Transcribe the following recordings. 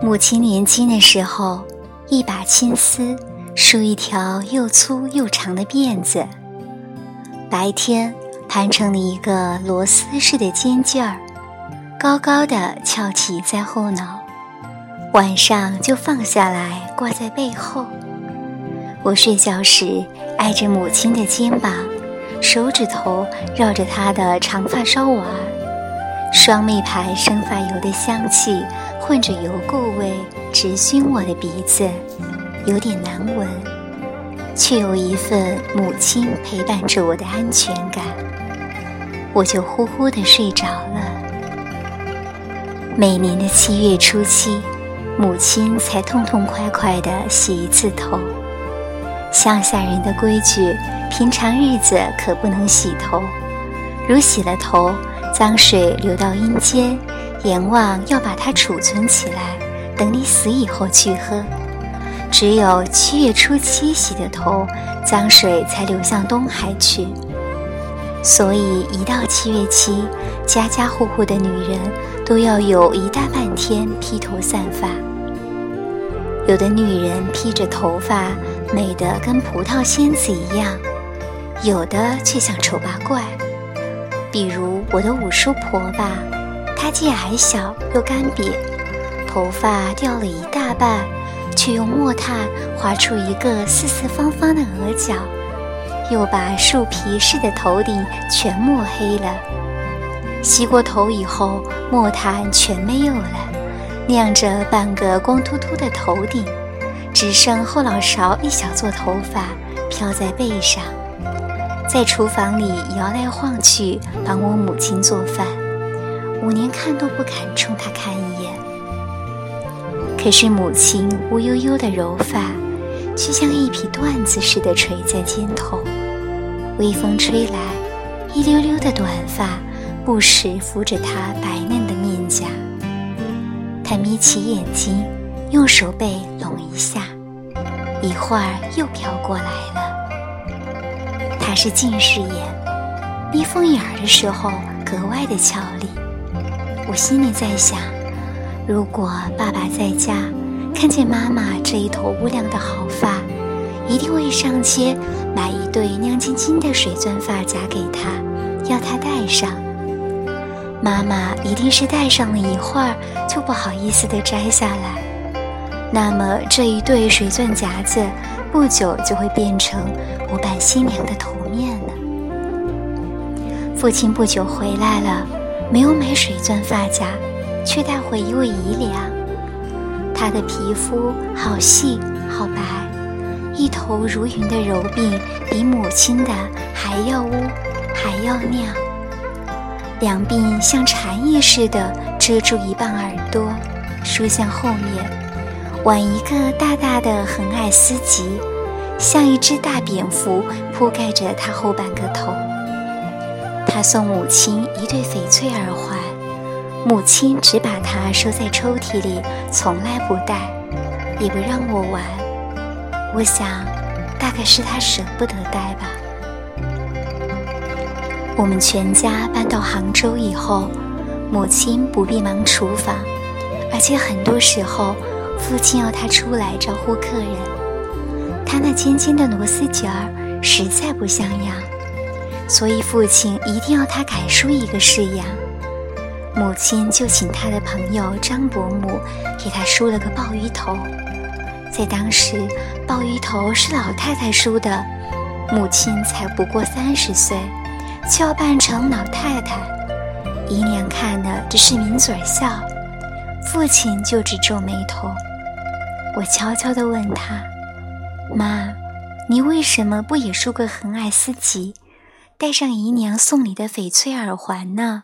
母亲年轻的时候，一把青丝梳一条又粗又长的辫子，白天盘成了一个螺丝似的尖尖儿，高高的翘起在后脑，晚上就放下来挂在背后。我睡觉时挨着母亲的肩膀，手指头绕着她的长发梢玩，双妹牌生发油的香气混着油垢味直熏我的鼻子，有点难闻，却有一份母亲陪伴着我的安全感，我就呼呼地睡着了。每年的7月初7，母亲才痛痛快快地洗一次头。乡下人的规矩，平常日子可不能洗头，如洗了头，脏水流到阴间，阎王要把它储存起来，等你死以后去喝。只有7月初7洗的头，脏水才流向东海去。所以一到7月7，家家户户的女人都要有一大半天披头散发。有的女人披着头发美得跟葡萄仙子一样，有的却像丑八怪。比如我的五叔婆吧，她既矮小又干瘪，头发掉了一大半，却用墨炭画出一个四四方方的额角，又把树皮似的头顶全抹黑了。洗过头以后，墨炭全没有了，亮着半个光秃秃的头顶，只剩后脑勺一小撮头发飘在背上。在厨房里摇来晃去帮我母亲做饭，5年看都不敢冲她看一眼。可是母亲乌悠悠的柔发却像一匹缎子似的垂在肩头，微风吹来，一溜溜的短发不时扶着她白嫩的面颊。她眯起眼睛，用手背拢一下，一会儿又飘过来了。她是近视眼，眯缝眼儿的时候格外的俏丽。我心里在想，如果爸爸在家看见妈妈这一头乌亮的好发，一定会上街买一对亮晶晶的水钻发夹给她，要她戴上。妈妈一定是戴上了一会儿就不好意思地摘下来，那么这一对水钻夹子不久就会变成我扮新娘的头面了。父亲不久回来了，没有买水钻发夹，却带回一位姨娘。她的皮肤好细好白，一头如云的柔鬓比母亲的还要乌还要亮，两鬓像蝉翼似的遮住一半耳朵，梳向后面，挽一个大大的横爱丝髻，像一只大蝙蝠铺盖着她后半个头。她送母亲一对翡翠耳环，母亲只把它收在抽屉里，从来不戴，也不让我玩。我想大概是她舍不得戴吧。我们全家搬到杭州以后，母亲不必忙厨房，而且很多时候父亲要她出来招呼客人，她那尖尖的螺丝尖儿实在不像样，所以父亲一定要她改梳一个式样。母亲就请她的朋友张伯母给她梳了个鲍鱼头。在当时，鲍鱼头是老太太梳的，母亲才不过30岁，就要扮成老太太。姨娘看了只是抿嘴笑，父亲就只皱眉头。我悄悄地问他：妈，你为什么不也梳个横爱丝髻，戴上姨娘送你的翡翠耳环呢？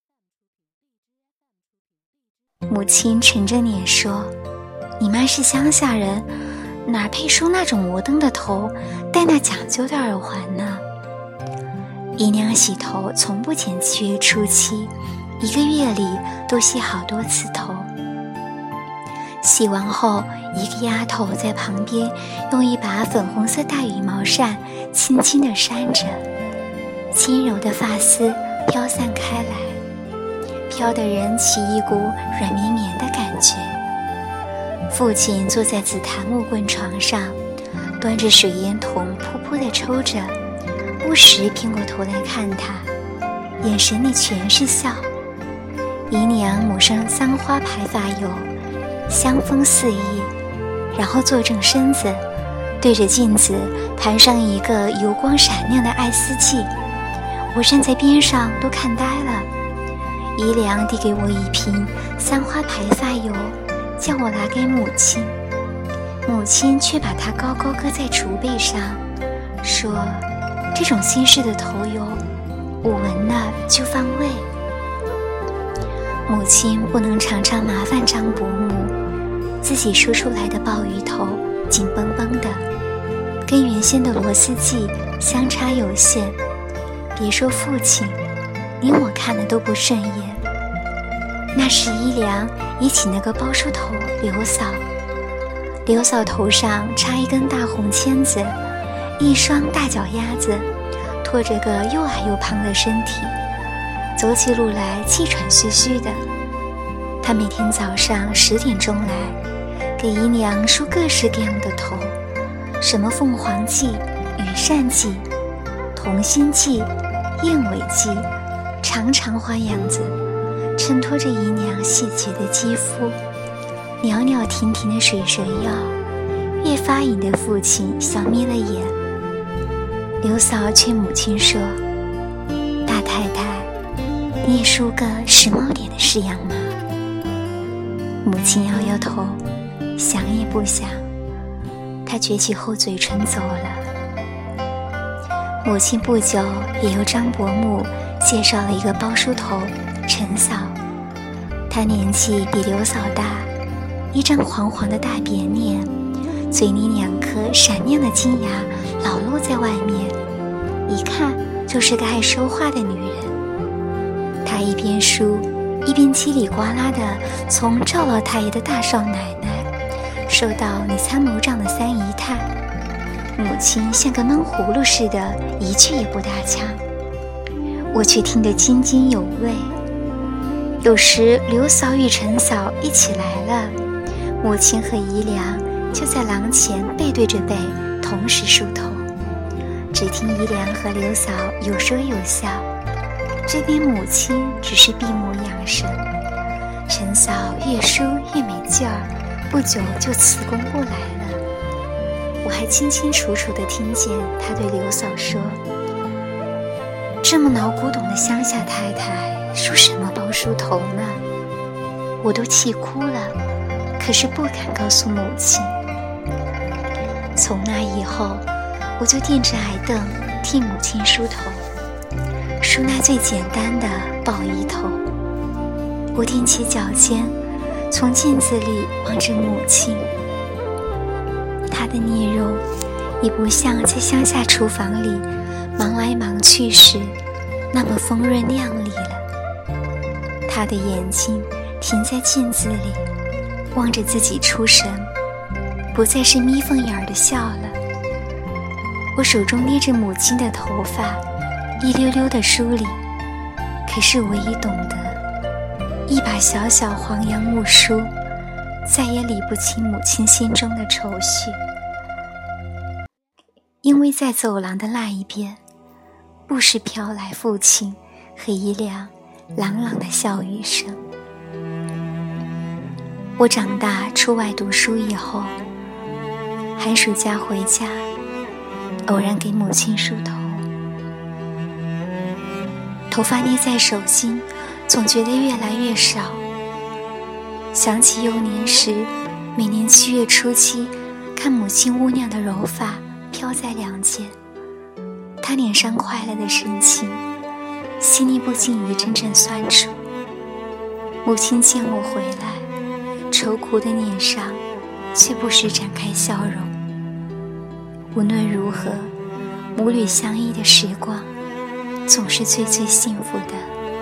母亲沉着脸说：你妈是乡下人，哪配梳那种摩登的头，戴那讲究的耳环呢？姨娘洗头从不前7月初7，一个月里都洗好多次头。洗完后，一个丫头在旁边用一把粉红色大羽毛扇轻轻地扇着，轻柔的发丝飘散开来，飘得人起一股软绵绵的感觉。 父亲坐在紫檀木棍床上，端着水烟筒噗噗地抽着，不时偏过头来看他，眼神里全是笑。姨娘抹上三花牌发油，香风四溢，然后坐正身子，对着镜子盘上一个油光闪亮的爱丝髻。我站在边上都看呆了。姨娘递给我一瓶三花牌发油，叫我拿给母亲。母亲却把它高高搁在竹背上，说这种新式的头油我闻了就犯胃。母亲不能常常麻烦张伯母，自己梳出来的鲍鱼头紧绷绷的，跟原先的螺丝髻相差有限。别说父亲，连我看了都不顺眼。那是姨娘已请了个包梳头刘嫂，刘嫂头上插一根大红签子，一双大脚丫子，拖着个又矮又胖的身体，走起路来气喘吁吁的。她每天早上10点钟来，给姨娘梳各式各样的头，什么凤凰髻、羽扇髻、同心髻、燕尾髻，长长花样子，衬托着姨娘细节的肌肤。袅袅婷婷的水蛇腰，越发引得父亲笑眯了眼。刘嫂劝母亲说：大太太，你也梳个时髦点的式样吗？母亲摇摇头，想也不想，她撅起厚嘴唇走了。母亲不久也由张伯母介绍了一个包梳头陈嫂，她年纪比刘嫂大，一张黄黄的大扁脸，嘴里2颗闪亮的金牙老露在外面，一看就是个爱说话的女人。她一边梳一边叽里呱啦地从赵老太爷的大少奶奶说到你参谋长的三姨太，母亲像个闷葫芦似的，一句也不搭腔，我却听得津津有味。有时刘嫂与陈嫂一起来了，母亲和姨娘就在廊前背对着背同时梳头，只听姨娘和刘嫂有说有笑，这边母亲只是闭目养神。陈嫂越梳越没劲儿，不久就辞工不来了。我还清清楚楚地听见她对刘嫂说：这么老古董的乡下太太梳什么包梳头呢？我都气哭了，可是不敢告诉母亲。从那以后，我就垫着矮凳替母亲梳头，梳那最简单的鲍鱼头。我踮起脚尖，从镜子里望着母亲，她的面容已不像在乡下厨房里忙来忙去时那么丰润亮丽了。她的眼睛停在镜子里，望着自己出神，不再是眯缝眼的笑了。我手中捏着母亲的头发，一溜溜地梳理，可是我已懂得，一把小小黄杨木梳再也理不清母亲心中的愁绪。因为在走廊的那一边，不时飘来父亲和姨娘朗朗的笑语声。我长大出外读书以后，寒暑假回家，偶然给母亲梳头，头发捏在手心，总觉得越来越少。想起幼年时，每年7月初7，看母亲乌亮的柔发飘在两肩，她脸上快乐的神情，心里不禁一阵阵酸楚。母亲见我回来，愁苦的脸上却不时展开笑容。无论如何，母女相依的时光总是最最幸福的。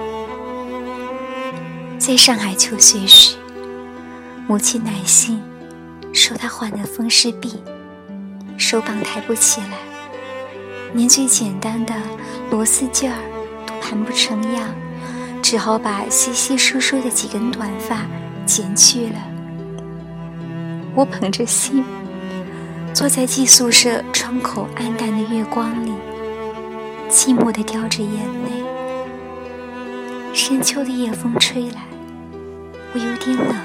在上海求学时，母亲来信说她患了风湿病，手膀抬不起来，连最简单的螺丝劲儿都盘不成样，只好把稀稀疏疏的几根短发剪去了。 我捧着心，坐在寄宿舍窗口暗淡的月光里，寂寞地掉着眼泪。深秋的夜风吹来，我有点冷，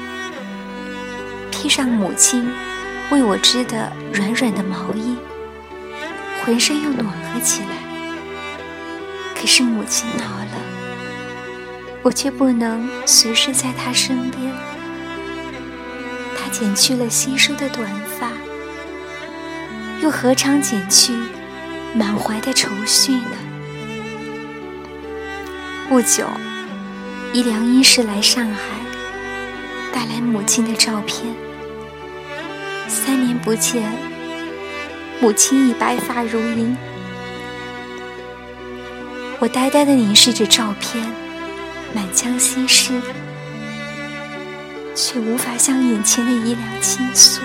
披上母亲为我织的软软的毛衣，浑身又暖和起来。可是母亲老了，我却不能随时在她身边。她剪去了稀疏的短发，又何尝剪去满怀的愁绪呢？不久，姨良因事来上海，带来母亲的照片。3年不见，母亲已白发如银。我呆呆地凝视着照片，满腔心事，却无法向眼前的姨良倾诉。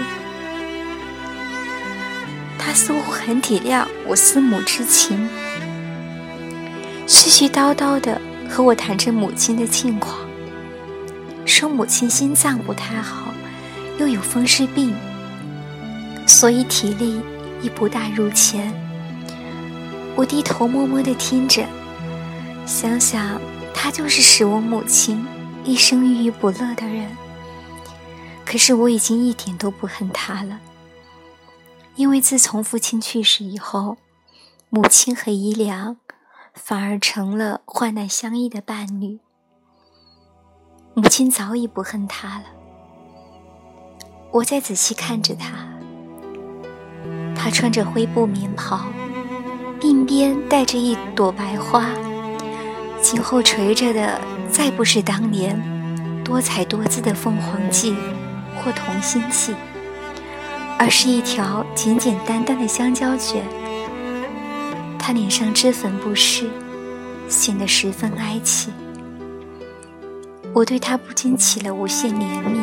她似乎很体谅我思母之情，絮絮叨叨地和我谈着母亲的近况，说母亲心脏不太好，又有风湿病，所以体力亦不大如前。我低头默默地听着，想想她就是使我母亲一生郁郁不乐的人。可是我已经一点都不恨她了，因为自从父亲去世以后，母亲和姨良反而成了患难相依的伴侣。母亲早已不恨他了。我在仔细看着他，他穿着灰布棉袍，鬓边带着一朵白花，颈后垂着的再不是当年多彩多姿的凤凰髻或同心髻，而是一条简简单单的香蕉卷。他脸上脂粉不施，显得十分哀戚。我对他不禁起了无限怜悯，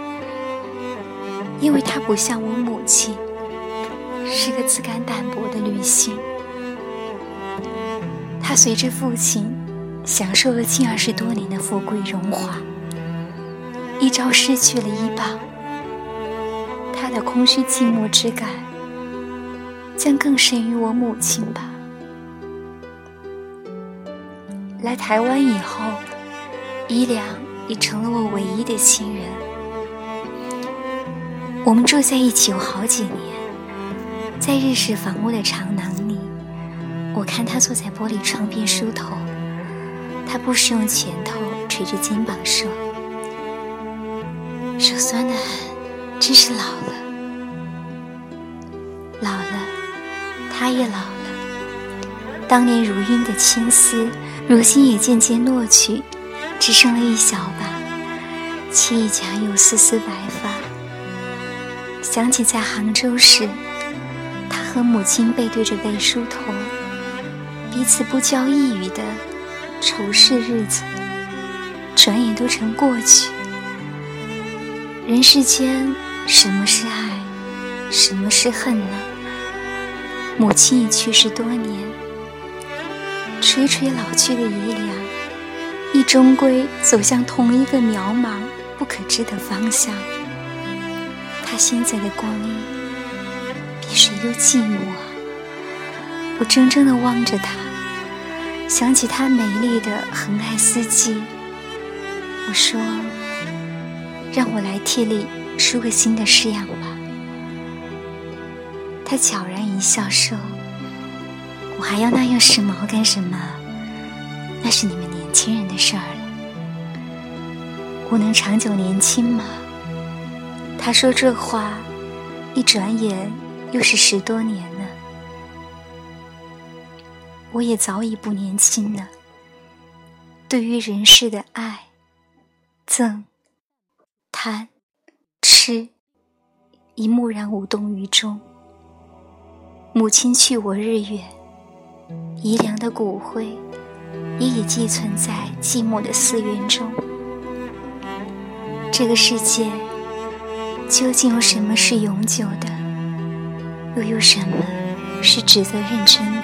因为他不像我母亲，是个自甘淡泊的女性。他随着父亲享受了近20多年的富贵荣华，一朝失去了依傍，他的空虚寂寞之感将更甚于我母亲吧。来台湾以后，姨良已成了我唯一的亲人。我们住在一起有好几年，在日式房屋的长廊里，我看他坐在玻璃窗边梳头，他不时用拳头捶着肩膀说：“手酸得很，真是老了。”老了，他也老了。当年如晕的青丝，如今也渐渐落去，只剩了一小把，且已夹有丝丝白发。想起在杭州时，他和母亲背对着背梳头，彼此不交一语的仇视日子，转眼都成过去。人世间，什么是爱，什么是恨呢？母亲已去世多年，垂垂老去的姨良亦终归走向同一个渺茫不可知的方向。他现在的光阴比谁都寂寞啊！我怔怔地望着他，想起他美丽的横爱四季，我说：“让我来替你梳个新的式样吧。”他悄然一笑说：“我还要那样时髦干什么？那是你们年轻人的事儿了。我能长久年轻吗？”他说这话，一转眼又是10多年了。我也早已不年轻了，对于人世的爱、憎、贪、痴，已木然无动于衷。母亲去我日远，姨良的骨灰也已寄存在寂寞的寺院中。这个世界究竟有什么是永久的，又有什么是值得认真的？